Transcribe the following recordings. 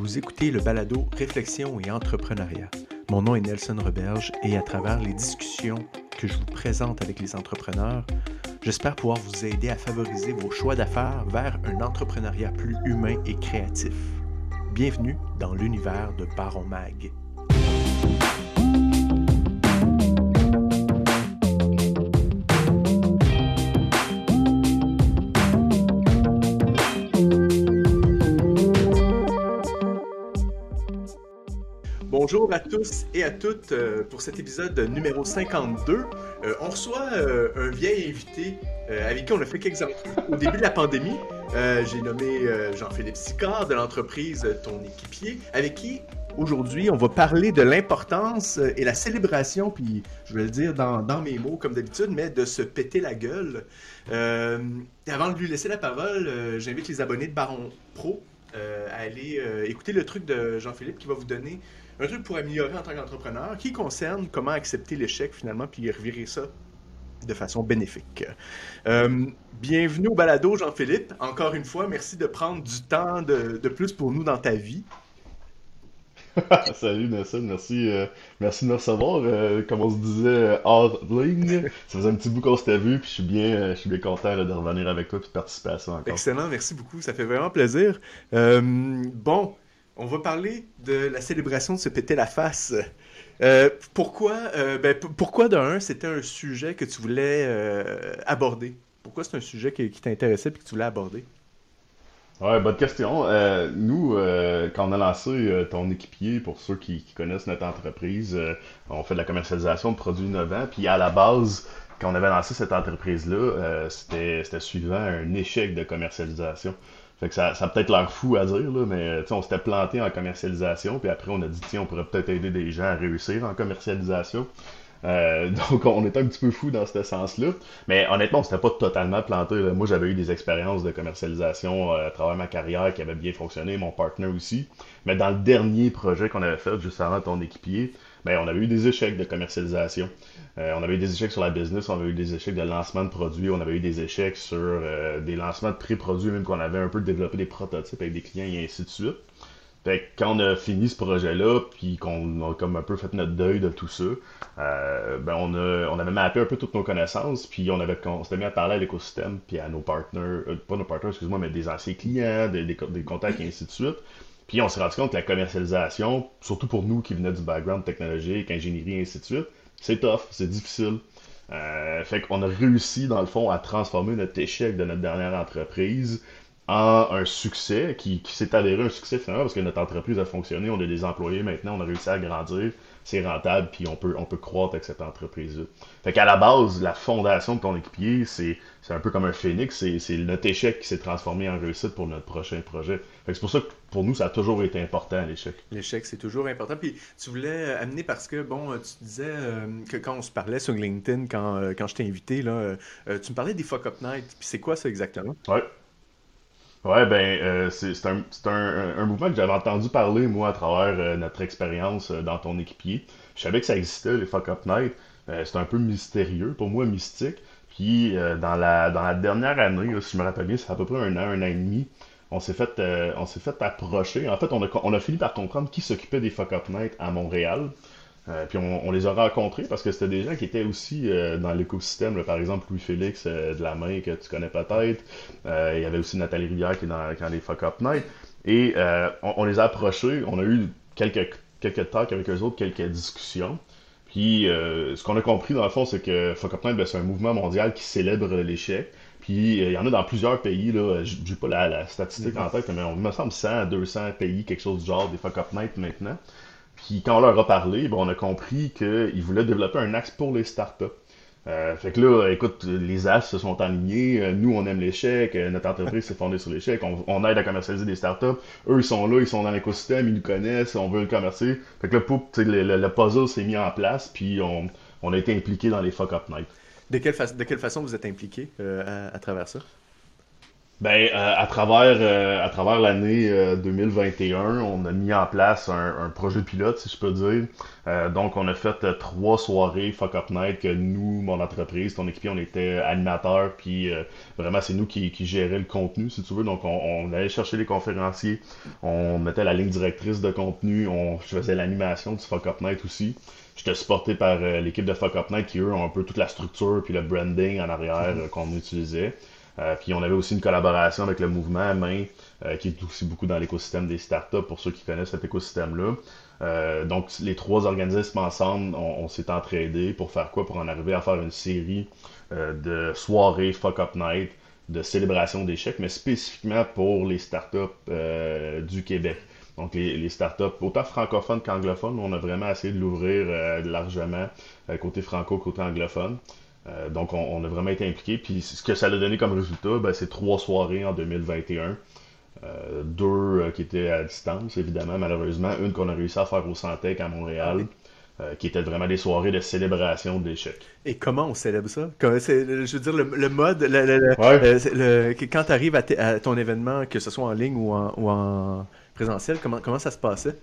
Vous écoutez le balado Réflexion et entrepreneuriat. Mon nom est Nelson Roberge et à travers les discussions que je vous présente avec les entrepreneurs, j'espère pouvoir vous aider à favoriser vos choix d'affaires vers un entrepreneuriat plus humain et créatif. Bienvenue dans l'univers de Baron Mag. Bonjour à tous et à toutes pour cet épisode numéro 52. On reçoit un vieil invité avec qui on a fait quelques entrevues au début de la pandémie. J'ai nommé Jean-Philippe Sicard de l'entreprise Ton Équipier, avec qui aujourd'hui on va parler de l'importance et la célébration, puis je vais le dire dans mes mots comme d'habitude, mais de se péter la gueule. Avant de lui laisser la parole, j'invite les abonnés de Baron Pro à aller écouter le truc de Jean-Philippe qui va vous donner un truc pour améliorer en tant qu'entrepreneur qui concerne comment accepter l'échec finalement puis revirer ça de façon bénéfique. Bienvenue au balado Jean-Philippe. Encore une fois, merci de prendre du temps de plus pour nous dans ta vie. Salut Nelson, merci de me recevoir. Comme on se disait hors ligne, ça faisait un petit bout qu'on s'était vu, puis je suis bien content là, de revenir avec toi et de participer à ça encore. Excellent, merci beaucoup, ça fait vraiment plaisir. Bon, on va parler de la célébration de se péter la face. Pourquoi de un, c'était un sujet que tu voulais aborder? Pourquoi c'est un sujet qui t'intéressait et que tu voulais aborder? Ouais, bonne question. Nous, quand on a lancé ton équipier, pour ceux qui connaissent notre entreprise, on fait de la commercialisation de produits innovants, puis à la base, quand on avait lancé cette entreprise-là, c'était suivant un échec de commercialisation. Fait que ça a peut-être l'air fou à dire, là, mais tu sais, on s'était planté en commercialisation, puis après on a dit, tiens, on pourrait peut-être aider des gens à réussir en commercialisation. Donc on était un petit peu fou dans ce sens-là. Mais honnêtement, on s'était pas totalement planté, là. Moi, j'avais eu des expériences de commercialisation à travers ma carrière qui avaient bien fonctionné, mon partner aussi. Mais dans le dernier projet qu'on avait fait, juste avant ton équipier, ben, on avait eu des échecs de commercialisation. On avait eu des échecs sur la business, on avait eu des échecs de lancement de produits, on avait eu des échecs sur des lancements de pré-produits, même qu'on avait un peu développé des prototypes avec des clients et ainsi de suite. Fait que quand on a fini ce projet-là, puis qu'on a comme un peu fait notre deuil de tout ça, ben on avait mappé un peu toutes nos connaissances, puis on s'était mis à parler à l'écosystème, puis à nos partenaires, pas nos partenaires, excuse-moi, mais des anciens clients, des contacts et ainsi de suite. Puis on s'est rendu compte que la commercialisation, surtout pour nous qui venait du background technologique, ingénierie et ainsi de suite, c'est tough, c'est difficile. Fait qu'on a réussi, dans le fond, à transformer notre échec de notre dernière entreprise en un succès qui s'est avéré un succès finalement parce que notre entreprise a fonctionné, on a des employés maintenant, on a réussi à grandir, c'est rentable, puis on peut croître avec cette entreprise-là. Fait qu'à la base, la fondation de ton équipier, c'est un peu comme un phénix, c'est notre échec qui s'est transformé en réussite pour notre prochain projet. Fait que c'est pour ça que pour nous, ça a toujours été important, l'échec. L'échec, c'est toujours important. Puis tu voulais amener parce que, bon, tu disais que quand on se parlait sur LinkedIn, quand je t'ai invité, là, tu me parlais des Fuck Up Night. Puis c'est quoi ça exactement? Ouais. Ouais, ben, c'est un mouvement que j'avais entendu parler, moi, à travers notre expérience dans ton équipier. Je savais que ça existait, les Fuck Up Night. C'est un peu mystérieux, pour moi, mystique. Puis, dans la dernière année, là, si je me rappelle bien, c'est à peu près un an et demi, on s'est fait approcher. En fait, on a fini par comprendre qui s'occupait des Fuck Up Night à Montréal. Puis on les a rencontrés parce que c'était des gens qui étaient aussi dans l'écosystème, là. Par exemple Louis-Félix de la main que tu connais peut-être. Il y avait aussi Nathalie Rivière qui est dans les Fuck Up Night. Et on les a approchés, on a eu quelques talks avec eux autres, quelques discussions. Puis ce qu'on a compris dans le fond, c'est que Fuck Up Night, ben, c'est un mouvement mondial qui célèbre l'échec. Puis il y en a dans plusieurs pays, là, j'ai pas la statistique en tête, mais on me semble 100, 200 pays, quelque chose du genre, des Fuck Up Night maintenant. Puis quand on leur a parlé, ben, on a compris qu'ils voulaient développer un axe pour les startups. Fait que là, écoute, les as se sont alignés. Nous, on aime l'échec. Notre entreprise s'est fondée sur l'échec. On aide à commercialiser des startups. Eux, ils sont là, ils sont dans l'écosystème, ils nous connaissent, on veut le commercer. Fait que là, pouf, tu sais, le puzzle s'est mis en place, puis on a été impliqués dans les Fuck Up Night. De quelle façon vous êtes impliqué à travers ça? À travers l'année 2021, on a mis en place un projet pilote, si je peux dire. Donc, on a fait 3 soirées Fuck Up Night que nous, mon entreprise, ton équipier, on était animateurs, puis vraiment, c'est nous qui gérait le contenu, si tu veux. Donc, on allait chercher les conférenciers, on mettait la ligne directrice de contenu, je faisais l'animation du Fuck Up Night aussi. J'étais supporté par l'équipe de Fuck Up Night qui, eux, ont un peu toute la structure puis le branding en arrière qu'on utilisait. Puis on avait aussi une collaboration avec le mouvement Main, qui est aussi beaucoup dans l'écosystème des startups, pour ceux qui connaissent cet écosystème-là. Donc les 3 organismes ensemble, on s'est entraidés pour faire quoi? Pour en arriver à faire une série de soirées Fuck Up Night, de célébration d'échecs, mais spécifiquement pour les startups du Québec. Donc les startups, autant francophones qu'anglophones, on a vraiment essayé de l'ouvrir largement côté franco, côté anglophone. Donc, on a vraiment été impliqués. Puis, ce que ça a donné comme résultat, ben, c'est 3 soirées en 2021. Deux qui étaient à distance, évidemment, malheureusement. Une qu'on a réussi à faire au Santec à Montréal, qui étaient vraiment des soirées de célébration d'échecs. Et comment on célèbre ça? Je veux dire, le mode, Ouais. quand tu arrives à ton événement, que ce soit en ligne ou en présentiel, comment ça se passait?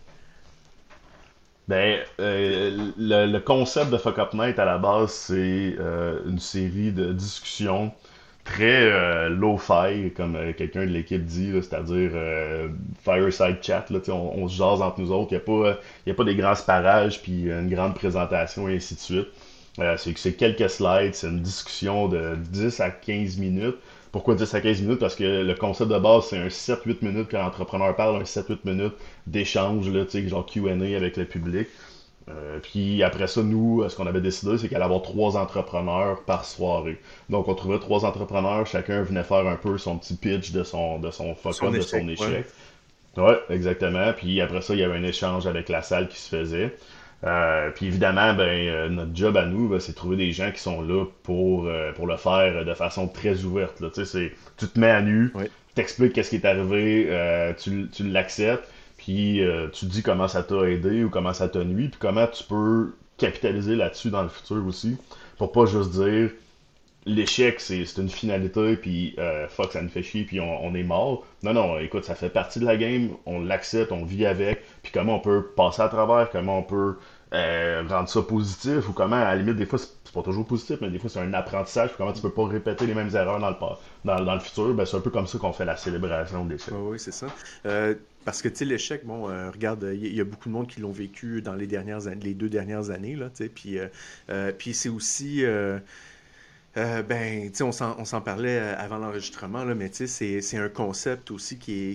Le concept de Fuck Up Night à la base, c'est une série de discussions très low-fi, comme quelqu'un de l'équipe dit, là, c'est-à-dire fireside chat, là, tu sais, on se jase entre nous autres, il y a pas des grands sparages, puis une grande présentation, et ainsi de suite. C'est quelques slides, c'est une discussion de 10 à 15 minutes. Pourquoi 10 à 15 minutes? Parce que le concept de base, c'est un 7-8 minutes que l'entrepreneur parle, un 7-8 minutes d'échange, là, tu sais, genre Q&A avec le public. Puis après ça, nous, ce qu'on avait décidé, c'est qu'il allait y avoir 3 entrepreneurs par soirée. Donc on trouvait 3 entrepreneurs, chacun venait faire un peu son petit pitch de son Son fuck-up, de échec, son ouais. échec. Ouais, exactement. Puis après ça, il y avait un échange avec la salle qui se faisait. Puis évidemment, notre job à nous, ben, c'est de trouver des gens qui sont là pour le faire de façon très ouverte. Là. Tu sais, tu te mets à nu, Oui. t'expliques qu'est-ce qui est arrivé, tu l'acceptes, puis tu dis comment ça t'a aidé ou comment ça t'a nuit, puis comment tu peux capitaliser là-dessus dans le futur aussi, pour pas juste dire l'échec, c'est une finalité, puis fuck, ça nous fait chier, puis on est mort. Non, non, écoute, ça fait partie de la game, on l'accepte, on vit avec, puis comment on peut passer à travers, comment on peut rendre ça positif, ou comment, à la limite, des fois, c'est pas toujours positif, mais des fois, c'est un apprentissage, puis comment tu peux pas répéter les mêmes erreurs dans le futur. Ben, c'est un peu comme ça qu'on fait la célébration de l'échec. Oui, oui, c'est ça. Parce que, tu sais, l'échec, bon, regarde, il y a beaucoup de monde qui l'ont vécu dans les 2 dernières années, là, tu sais, puis c'est aussi, ben, tu sais, on s'en parlait avant l'enregistrement, là, mais tu sais, c'est un concept aussi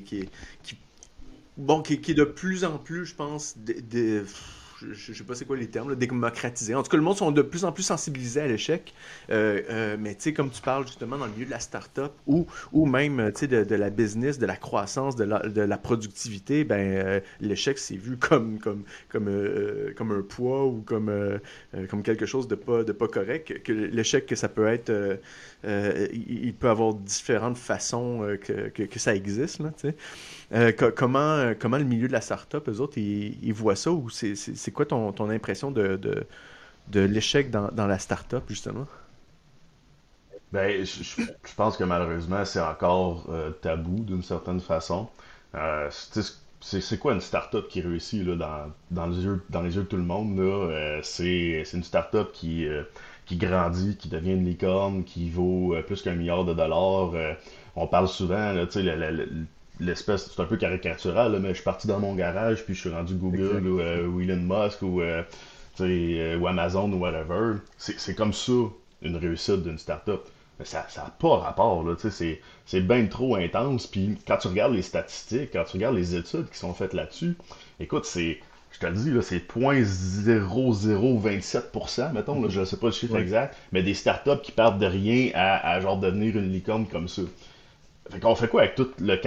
bon, qui est de plus en plus, je pense, je sais pas c'est quoi les termes, là, démocratisé. En tout cas, le monde sont de plus en plus sensibilisés à l'échec. Mais tu sais, comme tu parles justement dans le milieu de la start-up ou même tu sais, de la business, de la croissance, de la productivité, l'échec c'est vu comme un poids ou comme quelque chose de pas correct. Que l'échec, que ça peut être. Il peut avoir différentes façons que ça existe, là, tu sais. Comment le milieu de la startup, eux autres, ils voient ça ou c'est quoi ton impression de l'échec dans la startup, justement? Je pense que malheureusement, c'est encore tabou d'une certaine façon. C'est quoi une startup qui réussit là, dans les yeux de tout le monde là? C'est une startup qui grandit, qui devient une licorne, qui vaut plus qu'1 milliard de dollars. On parle souvent, là, tu sais, l'espèce, c'est un peu caricatural, là, mais je suis parti dans mon garage, puis je suis rendu Google Exact. ou Elon Musk tu sais, ou Amazon ou whatever. C'est comme ça une réussite d'une startup. Mais ça n'a pas rapport, là, tu sais, c'est bien trop intense. Puis quand tu regardes les statistiques, quand tu regardes les études qui sont faites là-dessus, écoute, je te le dis, là, c'est 0,0027%, mettons, là, je ne sais pas le chiffre Ouais. exact, mais des startups qui partent de rien à genre devenir une licorne comme ça. Fait qu'on fait quoi avec tout le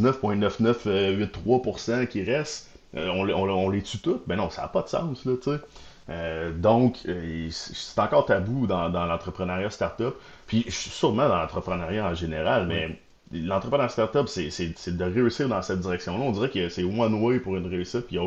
99,9983% qui reste? On les tue toutes? Ben non, ça n'a pas de sens, là, tu sais. Donc, c'est encore tabou dans l'entrepreneuriat startup, puis sûrement dans l'entrepreneuriat en général, Ouais. mais l'entrepreneuriat startup, c'est de réussir dans cette direction-là. On dirait que c'est one way pour une réussite, puis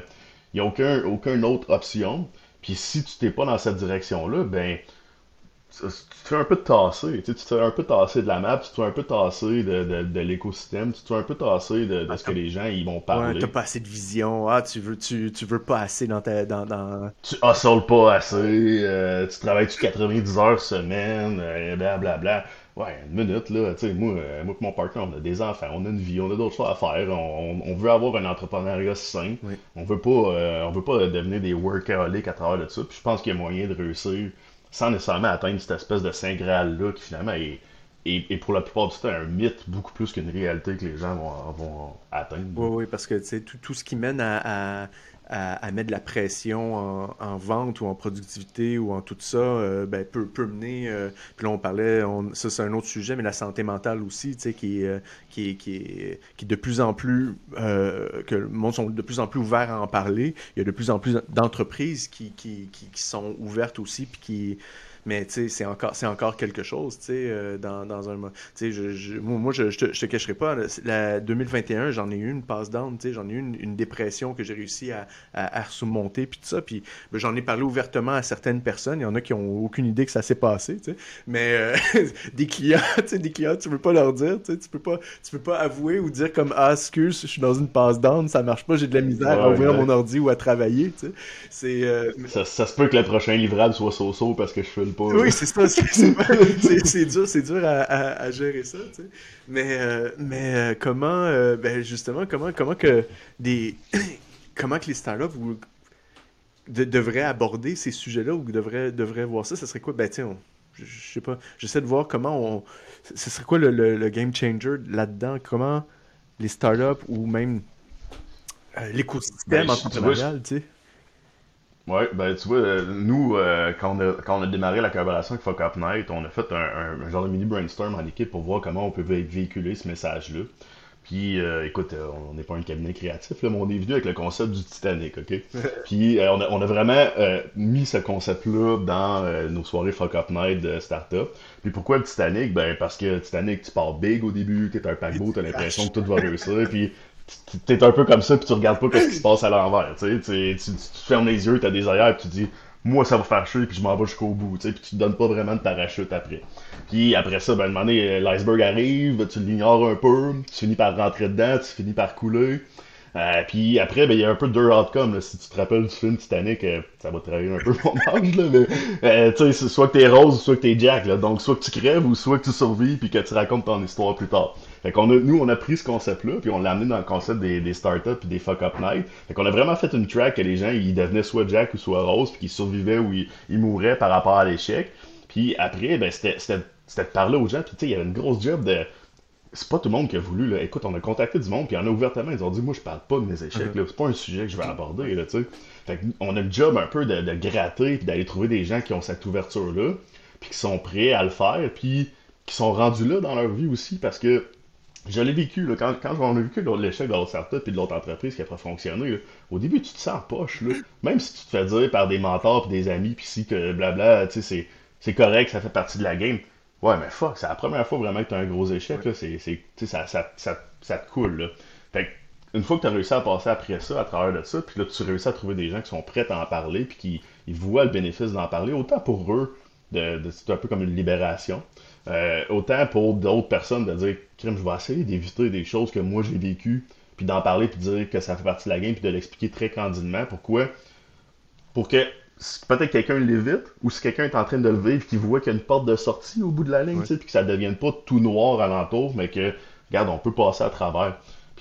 il y a aucune autre option. Puis si tu t'es pas dans cette direction-là, ben tu te fais un peu tasser, tu sais, tu te fais un peu tasser de la map, tu te fais un peu tasser de l'écosystème, tu te fais un peu tasser de Ah, ce que les gens ils vont ouais, t'as parler. pas assez de vision. Ah, tu veux pas assez dans ta, dans... Tu hustles pas assez, tu travailles-tu 90 heures semaine, blablabla. Ouais, une minute, là, tu sais, moi et mon partenaire, on a des enfants, on a une vie, on a d'autres choses à faire, on veut avoir un entrepreneuriat sain, Oui. on veut pas devenir des workaholics à travers de ça, puis je pense qu'il y a moyen de réussir sans nécessairement atteindre cette espèce de Saint Graal-là qui finalement est pour la plupart du temps un mythe beaucoup plus qu'une réalité que les gens vont atteindre. Oui, oui, parce que tu sais, tout ce qui mène à mettre de la pression en vente ou en productivité ou en tout ça, ben, peut mener. Puis là, on parlait, ça c'est un autre sujet, mais la santé mentale aussi, tu sais, qui est de plus en plus. Que le monde sont de plus en plus ouverts à en parler. Il y a de plus en plus d'entreprises qui sont ouvertes aussi, puis qui. Mais tu sais, c'est encore quelque chose, tu sais, dans un... Tu sais, je te cacherai pas, la 2021, j'en ai eu une passe down, tu sais, j'en ai eu une dépression que j'ai réussi à surmonter, puis tout ça, puis ben, j'en ai parlé ouvertement à certaines personnes, il y en a qui ont aucune idée que ça s'est passé, tu sais, mais des clients, tu sais, des clients, tu peux pas leur dire, tu sais, tu peux pas avouer ou dire comme, ah, excuse, je suis dans une passe down, ça marche pas, j'ai de la misère à Ouais, ouvrir mon exact. ordi ou à travailler, tu sais, c'est... Ça se peut que le prochain livrable soit so-so parce que je file pas, Oui, là. c'est ça, c'est dur à gérer ça, tu sais. Comment, ben justement, comment que des, comment que les startups devraient aborder ces sujets-là ou devraient voir ça, ça serait quoi? Ben tiens, je sais pas, j'essaie de voir comment ce serait quoi le game changer là-dedans, comment les startups ou même Ben, l'écosystème tu vois, entrepreneurial, tu sais. ouais, ben, tu vois, nous, quand on a démarré la collaboration avec Fuck Up Night, on a fait un genre de mini brainstorm en équipe pour voir comment on peut véhiculer ce message-là. Puis, écoute, on n'est pas un cabinet créatif, là, mais on est venu avec le concept du Titanic, OK? Puis, on a vraiment mis ce concept-là dans nos soirées Fuck Up Night de Startup. Puis, pourquoi le Titanic? Ben, parce que Titanic, tu pars big au début, t'es un Et paquebot, tu t'as l'impression craches. que tout va réussir, puis t'es un peu comme ça, puis tu regardes pas qu'est-ce qui se passe à l'envers, tu sais. Tu fermes les yeux, t'as des arrières, puis tu dis, moi, ça va faire chier, puis je m'en vais jusqu'au bout, tu sais, puis tu te donnes pas vraiment de parachute après. Puis après ça, ben, à un moment donné, l'iceberg arrive, tu l'ignores un peu, tu finis par rentrer dedans, tu finis par couler. Puis après, ben, il y a un peu de deux outcomes. Là. Si tu te rappelles du film Titanic, ça va travailler un peu mon âge, là, mais tu sais, c'est soit que t'es Rose, soit que t'es Jack. Là. Donc, soit que tu crèves ou soit que tu survis puis que tu racontes ton histoire plus tard. Fait nous, on a pris ce concept-là, puis on l'a amené dans le concept des startups puis des fuck-up nights. Fait qu'on a vraiment fait une track que les gens, ils devenaient soit Jack ou soit Rose, puis qu'ils survivaient ou ils mouraient par rapport à l'échec. Puis après, ben, c'était de parler aux gens, puis tu sais, il y avait une grosse job de c'est pas tout le monde qui a voulu, là. Écoute, on a contacté du monde, puis on a ouvertement, ils ont dit, moi, je parle pas de mes échecs, là. C'est pas un sujet que je vais aborder, là, tu sais. Fait on a le job un peu de gratter, puis d'aller trouver des gens qui ont cette ouverture-là, puis qui sont prêts à le faire, puis qui sont rendus là dans leur vie aussi, parce que je l'ai vécu, là, quand on a vécu l'échec de l'autre startup et de l'autre entreprise qui a pas fonctionné, là, au début, tu te sens poche, là. Même si tu te fais dire par des mentors puis des amis, puis si que blabla, tu sais, c'est correct, ça fait partie de la game. Ouais, mais fuck, c'est la première fois vraiment que t'as un gros échec, Ouais. là, tu sais, ça te coule, là. Fait que, une fois que t'as réussi à passer après ça, à travers de ça, puis là, tu réussis à trouver des gens qui sont prêts à en parler, puis qui ils voient le bénéfice d'en parler, autant pour eux, c'est un peu comme une libération, autant pour d'autres personnes de dire, crème, je vais essayer d'éviter des choses que moi j'ai vécues, puis d'en parler, puis de dire que ça fait partie de la game, puis de l'expliquer très candidement. Pourquoi? Pour que peut-être quelqu'un l'évite, ou si quelqu'un est en train de le vivre, qu'il voit qu'il y a une porte de sortie au bout de la ligne, Ouais. tu sais, puis que ça ne devienne pas tout noir alentour, mais que, regarde, on peut passer à travers.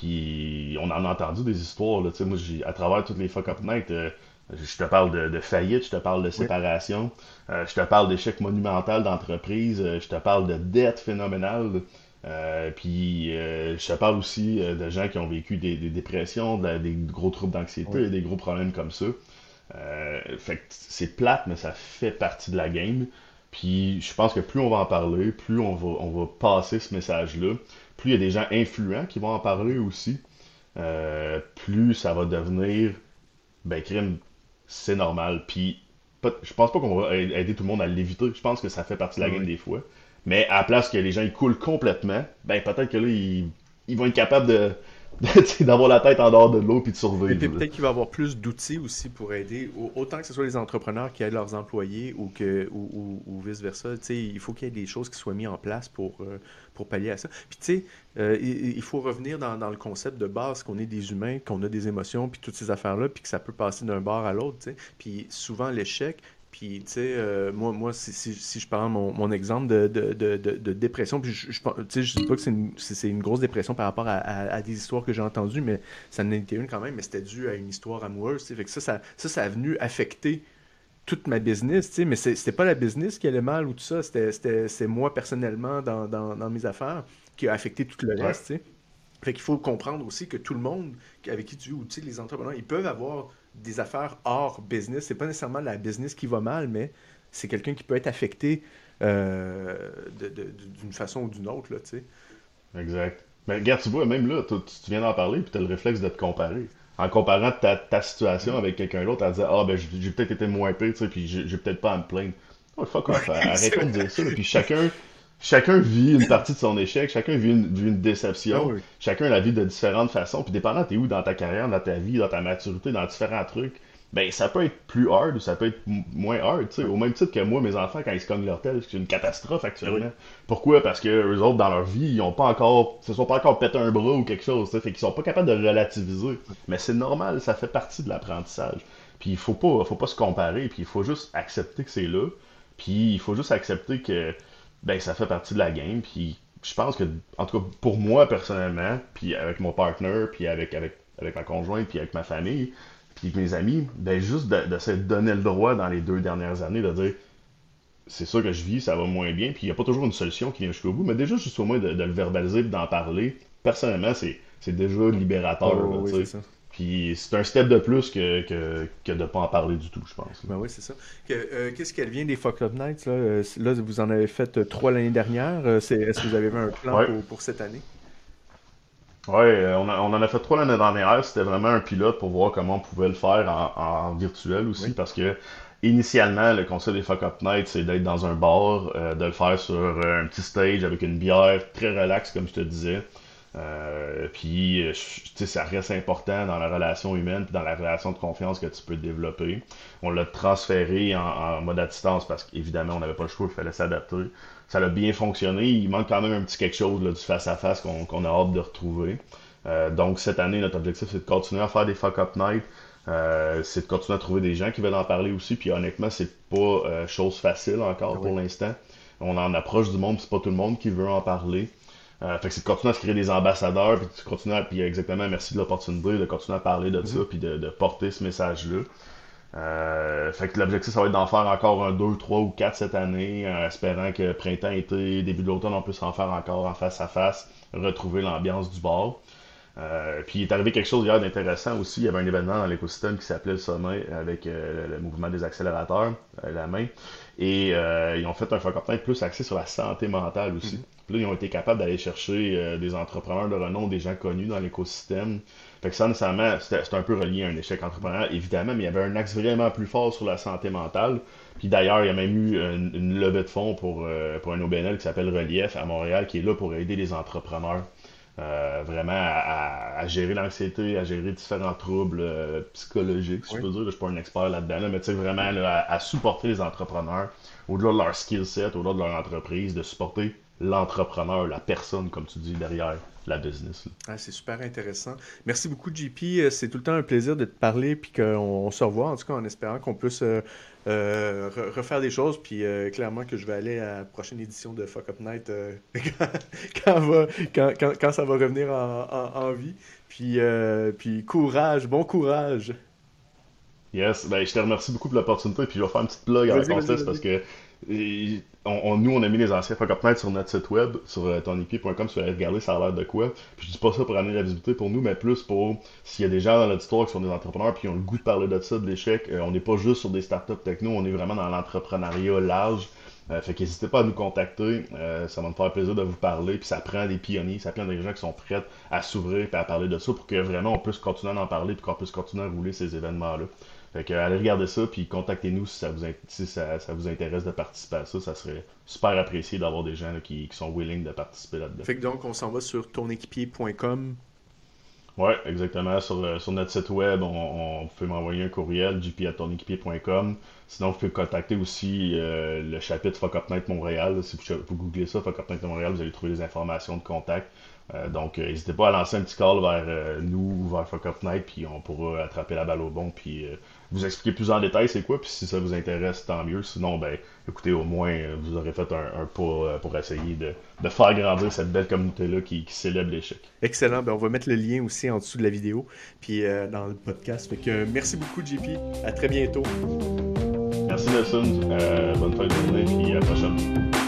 Puis on en a entendu des histoires, là, tu sais, moi, à travers toutes les fuck up nights, je te parle de faillite, je te parle de Ouais. séparation, je te parle d'échec monumental d'entreprise, je te parle de dette phénoménale, puis je te parle aussi de gens qui ont vécu des dépressions, des gros troubles Ouais. d'anxiété, des gros problèmes comme ça. Fait que c'est plate, mais ça fait partie de la game. Puis je pense que plus on va en parler, plus on va passer ce message-là, plus il y a des gens influents qui vont en parler aussi, plus ça va devenir, ben crime, c'est normal. Puis je pense pas qu'on va aider tout le monde à l'éviter. Je pense que ça fait partie de Ouais. la game Ouais. des fois. Mais à la place que les gens ils coulent complètement, ben peut-être que là, ils vont être capables d'avoir la tête en dehors de l'eau puis de Et puis survivre. Là. peut-être qu'il va y avoir plus d'outils aussi pour aider, autant que ce soit les entrepreneurs qui aident leurs employés ou vice-versa. Tu sais, il faut qu'il y ait des choses qui soient mises en place pour pallier à ça. Puis tu sais, il faut revenir dans le concept de base qu'on est des humains, qu'on a des émotions, puis toutes ces affaires-là, puis que ça peut passer d'un bord à l'autre. Tu sais. Puis souvent l'échec, puis, tu sais, moi si je prends mon exemple de dépression, puis tu sais, je dis pas que c'est une grosse dépression par rapport à des histoires que j'ai entendues, mais ça en était une quand même, mais c'était dû à une histoire amoureuse, tu sais. Fait que ça a venu affecter toute ma business, tu sais, mais c'était pas la business qui allait mal ou tout ça, c'est moi personnellement dans mes affaires qui a affecté tout le Ouais. reste, tu sais. Fait qu'il faut comprendre aussi que tout le monde avec qui tu joues, tu sais, les entrepreneurs, ils peuvent avoir des affaires hors business. C'est pas nécessairement la business qui va mal, mais c'est quelqu'un qui peut être affecté d'une façon ou d'une autre, là, tu sais. Exact. Mais regarde, tu vois, même là, tu viens d'en parler, puis tu as le réflexe de te comparer. En comparant ta situation Mhm. avec quelqu'un d'autre, à dire, ah, ben, j'ai peut-être été moins pire, tu sais, puis j'ai peut-être pas à me plaindre. Oh, fuck off, C'est arrêtons de vrai. dire ça, là. Puis chacun vit une partie de son échec, chacun vit une Ah déception, oui. chacun la vit de différentes façons, puis dépendant t'es où dans ta carrière, dans ta vie, dans ta maturité, dans différents trucs, ben, ça peut être plus hard ou ça peut être moins hard, tu sais. Ouais. Au même titre que moi, mes enfants, quand ils se cognent leur tête, c'est une catastrophe Ah oui. actuellement. Pourquoi? Parce que eux autres, dans leur vie, ils ont pas encore, se sont pas encore pété un bras ou quelque chose, tu sais, fait qu'ils sont pas capables de relativiser. Mais c'est normal, ça fait partie de l'apprentissage. Puis faut pas se comparer, puis il faut juste accepter que c'est là. Puis il faut juste accepter que, ben, ça fait partie de la game. Puis je pense que, en tout cas, pour moi personnellement, puis avec mon partner, puis avec ma conjointe, puis avec ma famille, puis mes amis, ben, juste de se donner le droit dans les 2 dernières années de dire, c'est sûr que je vis, ça va moins bien, puis il n'y a pas toujours une solution qui vient jusqu'au bout, mais déjà, juste au moins de le verbaliser et d'en parler, personnellement, c'est déjà Oh, libérateur, là, oui, tu c'est sais. ça. Puis c'est un step de plus que de ne pas en parler du tout, je pense. Là. Ben oui, c'est ça. Qu'est-ce qu'elle vient des Fuck Up Nights, là? Là, vous en avez fait trois l'année dernière. Est-ce que vous avez un plan Ouais, pour cette année? ouais, on en a fait 3 l'année dernière, c'était vraiment un pilote pour voir comment on pouvait le faire en virtuel aussi, Oui. parce que initialement, le concept des Fuck Up Nights, c'est d'être dans un bar, de le faire sur un petit stage avec une bière très relax, comme je te disais. Puis, tu sais, ça reste important dans la relation humaine puis dans la relation de confiance que tu peux développer. On l'a transféré en mode à distance parce qu'évidemment, on n'avait pas le choix, il fallait s'adapter. Ça a bien fonctionné. Il manque quand même un petit quelque chose là, du face-à-face qu'on a hâte de retrouver. Donc, cette année, notre objectif, c'est de continuer à faire des fuck-up nights. C'est de continuer à trouver des gens qui veulent en parler aussi. Puis honnêtement, c'est pas chose facile Ah encore oui. pour l'instant. On en approche du monde, puis c'est pas tout le monde qui veut en parler. Fait que c'est de continuer à se créer des ambassadeurs, puis de continuer puis exactement, merci de l'opportunité, de continuer à parler de ça, Mhm. puis de porter ce message-là. Fait que l'objectif, ça va être d'en faire encore un 2 3 ou 4 cette année, en espérant que printemps, été, début de l'automne, on puisse en faire encore en face à face, retrouver l'ambiance du bar. Puis il est arrivé quelque chose hier d'intéressant aussi. Il y avait un événement dans l'écosystème qui s'appelait le Sommet avec le mouvement des accélérateurs, la main. Et ils ont fait un fuck plus axé sur la santé mentale aussi. Mhm. Puis là, ils ont été capables d'aller chercher des entrepreneurs de renom, des gens connus dans l'écosystème. Fait que ça, nécessairement, c'était un peu relié à un échec entrepreneurial, évidemment, mais il y avait un axe vraiment plus fort sur la santé mentale. Puis d'ailleurs, il y a même eu une levée de fonds pour un OBNL qui s'appelle Relief à Montréal, qui est là pour aider les entrepreneurs vraiment à gérer l'anxiété, à gérer différents troubles psychologiques, si je Oui. peux dire. Là, je suis pas un expert là-dedans, là, mais tu sais, vraiment là, à supporter les entrepreneurs, au-delà de leur skill set, au-delà de leur entreprise, de supporter l'entrepreneur, la personne, comme tu dis, derrière la business. Là. Ah, c'est super intéressant. Merci beaucoup, JP. C'est tout le temps un plaisir de te parler puis qu'on se revoit, en tout cas en espérant qu'on puisse refaire des choses. Puis clairement que je vais aller à la prochaine édition de Fuck Up Night quand, quand ça va revenir en vie. Puis courage, bon courage. Yes, ben, je te remercie beaucoup pour l'opportunité, puis je vais faire une petite plug à la Vas-y, vas-y, conteste parce vas-y. que nous, on a mis les anciens Fuck Up Night sur notre site web, sur tonipi.com, si vous allez regarder, ça a l'air de quoi. Puis je dis pas ça pour amener la visibilité pour nous, mais plus pour s'il y a des gens dans l'auditoire qui sont des entrepreneurs puis qui ont le goût de parler de ça, de l'échec. On n'est pas juste sur des startups techno, on est vraiment dans l'entrepreneuriat large. Fait qu'hésitez pas à nous contacter, ça va me faire plaisir de vous parler, puis ça prend des pionniers, ça prend des gens qui sont prêts à s'ouvrir et à parler de ça pour que vraiment on puisse continuer à en parler puis qu'on puisse continuer à rouler ces événements-là. Fait que allez regarder ça, puis contactez-nous si ça vous intéresse de participer à ça. Ça serait super apprécié d'avoir des gens là, qui sont willing de participer là-dedans. Fait que donc, on s'en va sur tonéquipier.com. Ouais, exactement. Sur notre site web, vous pouvez m'envoyer un courriel, jp@tonéquipier.com. Sinon, vous pouvez contacter aussi le chapitre Fuck Up Night Montréal. Là. Si vous googlez ça, Fuck Up Night Montréal, vous allez trouver des informations de contact. Donc, n'hésitez pas à lancer un petit call vers nous ou vers Fuck Up Night, puis on pourra attraper la balle au bon, puis vous expliquer plus en détail c'est quoi, puis si ça vous intéresse, tant mieux. Sinon, ben, écoutez, au moins, vous aurez fait un pas pour essayer de faire grandir cette belle communauté-là qui célèbre l'échec. Excellent. Ben, on va mettre le lien aussi en dessous de la vidéo, puis dans le podcast. Fait que merci beaucoup, JP. À très bientôt. Merci Nelson, bonne fin de journée, puis à la prochaine.